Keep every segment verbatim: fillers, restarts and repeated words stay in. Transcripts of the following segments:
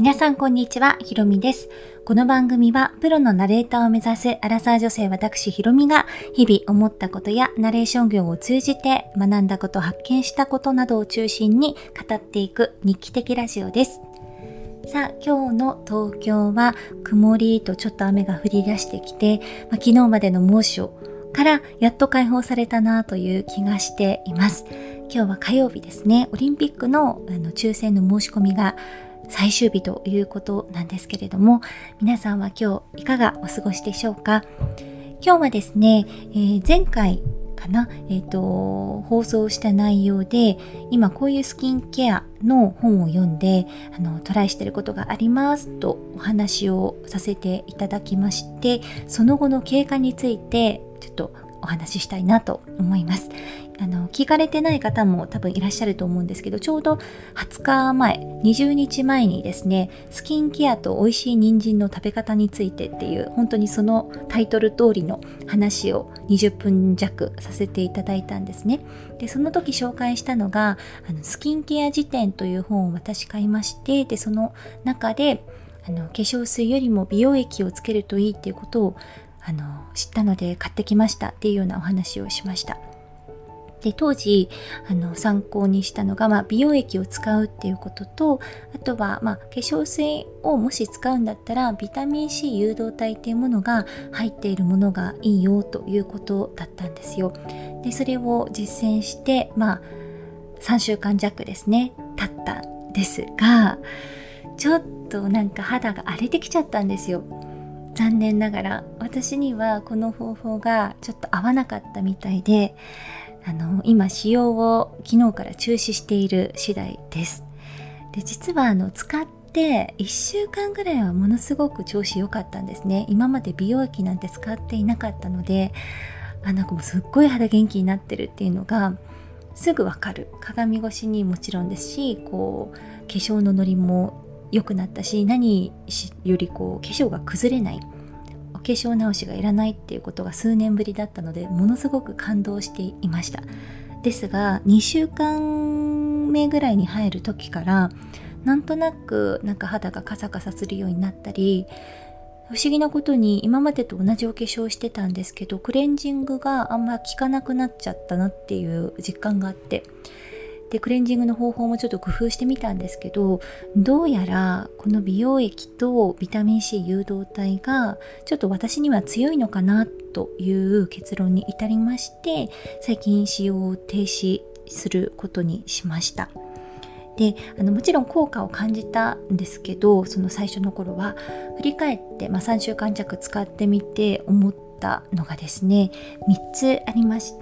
皆さんこんにちは、ひろみです。この番組はプロのナレーターを目指すアラサー女性私ひろみが日々思ったことやナレーション業を通じて学んだこと、発見したことなどを中心に語っていく日記的ラジオです。さあ、今日の東京は曇りとちょっと雨が降り出してきて、まあ、昨日までの猛暑からやっと解放されたなという気がしています。今日は火曜日ですね。オリンピックの、あの抽選の申し込みが最終日ということなんですけれども、皆さんは今日いかがお過ごしでしょうか。今日はですね、えー、前回かな、えーと、放送した内容で今こういうスキンケアの本を読んであのトライしていることがありますとお話をさせていただきまして、その後の経過についてちょっとお話ししたいなと思います。あの聞かれてない方も多分いらっしゃると思うんですけど、ちょうどはつかまえにじゅうにちまえにですね、スキンケアと美味しい人参の食べ方についてっていう本当にそのタイトル通りの話をにじゅっぷん弱させていただいたんですね。でその時紹介したのがあのスキンケア辞典という本を私買いまして、でその中であの化粧水よりも美容液をつけるといいっていうことをあの知ったので買ってきましたっていうようなお話をしました。で当時あの参考にしたのが、まあ、美容液を使うっていうことと、あとは、まあ、化粧水をもし使うんだったらビタミン C 誘導体っていうものが入っているものがいいよということだったんですよ。でそれを実践して、まあ、さんしゅうかん弱ですね経ったんですが、ちょっとなんか肌が荒れてきちゃったんですよ。残念ながら私にはこの方法がちょっと合わなかったみたいで、あの今使用を昨日から中止している次第です。で実はあの使っていっしゅうかんぐらいはものすごく調子良かったんですね。今まで美容液なんて使っていなかったので、あなんかもうすっごい肌元気になってるっていうのがすぐわかる。鏡越しにもちろんですし、こう化粧のノリも良くなったし、何よりこう化粧が崩れない、お化粧直しがいらないっていうことが数年ぶりだったので、ものすごく感動していました。ですがにしゅうかんめぐらいに入る時からなんとなくなんか肌がカサカサするようになったり、不思議なことに今までと同じお化粧してたんですけど、クレンジングがあんま効かなくなっちゃったなっていう実感があって、でクレンジングの方法もちょっと工夫してみたんですけど、どうやらこの美容液とビタミン C 誘導体がちょっと私には強いのかなという結論に至りまして、最近使用を停止することにしました。であのもちろん効果を感じたんですけど、その最初の頃は振り返って、まあ、さんしゅうかん弱使ってみて思ったのがですね、みっつありまして、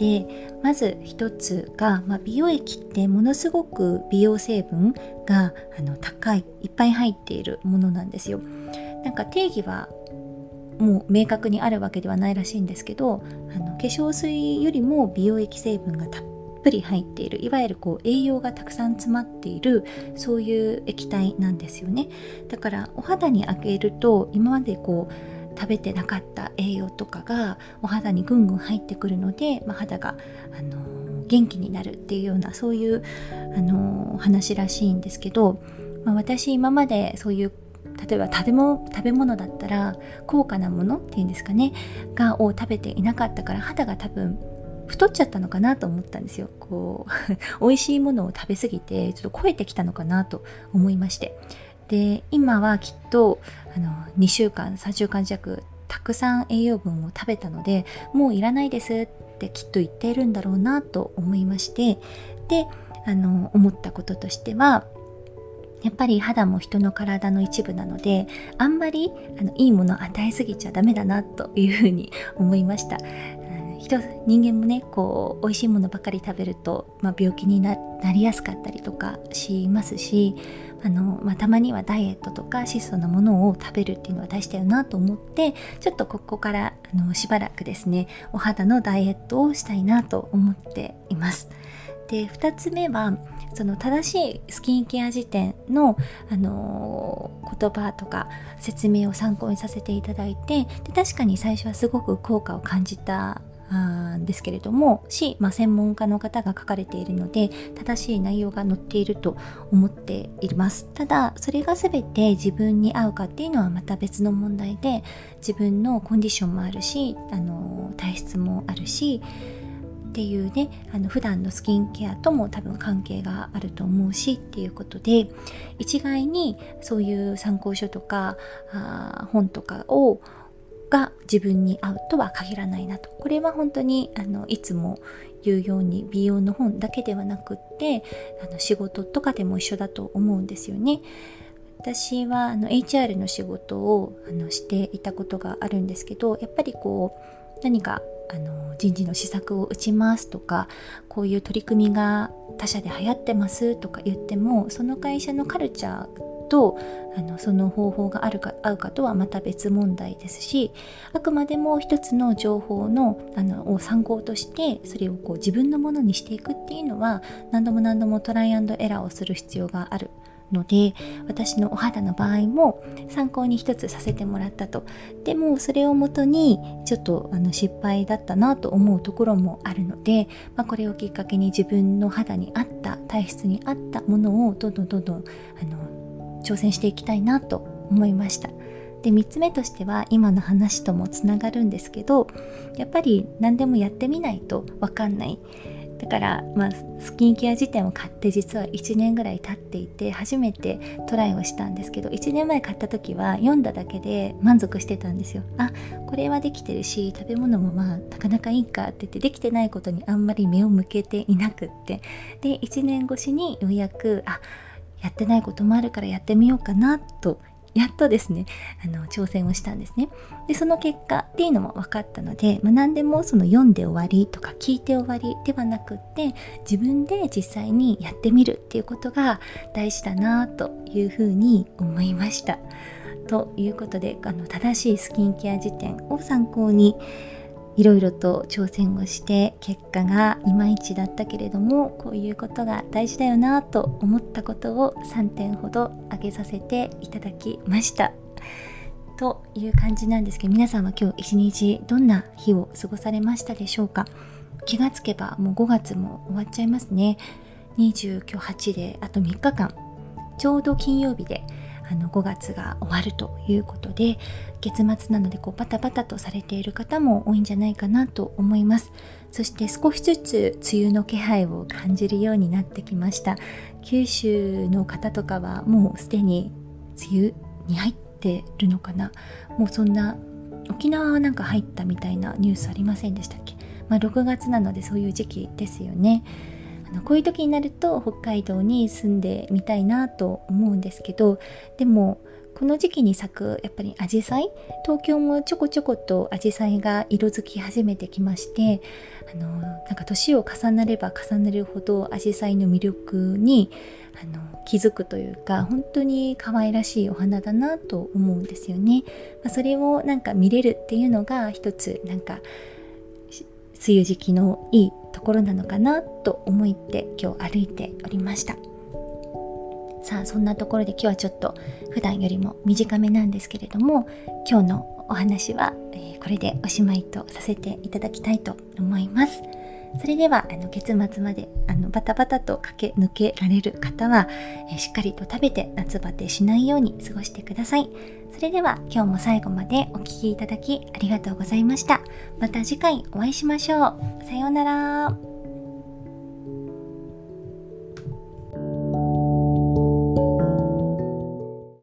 まずひとつが、まあ、美容液ってものすごく美容成分があの高い、いっぱい入っているものなんですよ。なんか定義はもう明確にあるわけではないらしいんですけど、あの化粧水よりも美容液成分がたっぷり入っている、いわゆるこう栄養がたくさん詰まっている、そういう液体なんですよね。だからお肌にあげると今までこう食べてなかった栄養とかがお肌にぐんぐん入ってくるので、まあ、肌が、あのー、元気になるっていうような、そういう、あのー、話らしいんですけど、まあ、私今までそういう例えば食べ物、食べ物だったら高価なものっていうんですかねがを食べていなかったから、肌が多分太っちゃったのかなと思ったんですよ。こう美味しいものを食べ過ぎてちょっと超えてきたのかなと思いまして、で今はきっとあのにしゅうかんさんしゅうかん弱たくさん栄養分を食べたので、もういらないですってきっと言っているんだろうなと思いまして、であの思ったこととしては、やっぱり肌も人の体の一部なので、あんまりあのいいものを与えすぎちゃダメだなというふうに思いました。人人間もね、こう美味しいものばかり食べると、まあ、病気に な, なりやすかったりとかしますし、あの、まあ、たまにはダイエットとか質素なものを食べるっていうのは大事だよなと思って、ちょっとここからあのしばらくですね、お肌のダイエットをしたいなと思っています。でふたつめは、その正しいスキンケア辞典の、あのー、言葉とか説明を参考にさせていただいて、で確かに最初はすごく効果を感じたんですけれどもし、まあ、専門家の方が書かれているので正しい内容が載っていると思っています。ただそれが全て自分に合うかっていうのはまた別の問題で、自分のコンディションもあるし、あの体質もあるしっていうね、あの普段のスキンケアとも多分関係があると思うしっていうことで、一概にそういう参考書とかあ本とかをが自分に合うとは限らないなと。これは本当にあのいつも言うように美容の本だけではなくってあの仕事とかでも一緒だと思うんですよね。私はあの エイチアール の仕事をあのしていたことがあるんですけど、やっぱりこう何かあの人事の施策を打ちますとか、こういう取り組みが他社で流行ってますとか言っても、その会社のカルチャーとあのその方法があるか合うかとはまた別問題ですし、あくまでも一つの情報のあのを参考としてそれをこう自分のものにしていくっていうのは、何度も何度もトライアンドエラーをする必要があるので、私のお肌の場合も参考に一つさせてもらったと。でもそれをもとにちょっとあの失敗だったなと思うところもあるので、まあ、これをきっかけに自分の肌に合った体質に合ったものをどんどんどんどんあの挑戦していきたいなと思いました。でみっつめとしては今の話ともつながるんですけど、やっぱり何でもやってみないと分かんない。だから、まあ、スキンケア辞典を買って実はいちねんぐらい経っていて初めてトライをしたんですけど、いちねんまえ買った時は読んだだけで満足してたんですよ。あ、これはできてるし食べ物もまあなかなかいいかって言って、できてないことにあんまり目を向けていなくって、でいちねん越しにようやくあやってないこともあるからやってみようかなとやっとですねあの挑戦をしたんですね。でその結果っていうのも分かったので、まあ、何でもその読んで終わりとか聞いて終わりではなくって、自分で実際にやってみるっていうことが大事だなというふうに思いました。ということで、あの正しいスキンケア辞典を参考にいろいろと挑戦をして、結果がいまいちだったけれどもこういうことが大事だよなと思ったことをさんてんほど挙げさせていただきましたという感じなんですけど、皆さんは今日一日どんな日を過ごされましたでしょうか。気がつけばもうごがつも終わっちゃいますね。にじゅう、今日はちであとみっかかん、ちょうど金曜日であのごがつが終わるということで、月末なのでこうバタバタとされている方も多いんじゃないかなと思います。そして少しずつ梅雨の気配を感じるようになってきました。九州の方とかはもうすでに梅雨に入ってるのかな。もうそんな、沖縄はなんか入ったみたいなニュースありませんでしたっけ。まあろくがつなのでそういう時期ですよね。あのこういう時になると北海道に住んでみたいなと思うんですけど、でもこの時期に咲くやっぱりアジサイ、東京もちょこちょことアジサイが色づき始めてきまして、あのなんか年を重ねれば重ねるほどアジサイの魅力にあの気づくというか、本当に可愛らしいお花だなと思うんですよね。まあ、それをなんか見れるっていうのが一つなんか梅雨時期のいいところなのかなと思って今日歩いておりました。さあそんなところで今日はちょっと普段よりも短めなんですけれども、今日のお話は、えー、これでおしまいとさせていただきたいと思います。それではあの月末まであのバタバタと駆け抜けられる方は、えー、しっかりと食べて夏バテしないように過ごしてください。それでは今日も最後までお聞きいただきありがとうございました。また次回お会いしましょう。さようなら。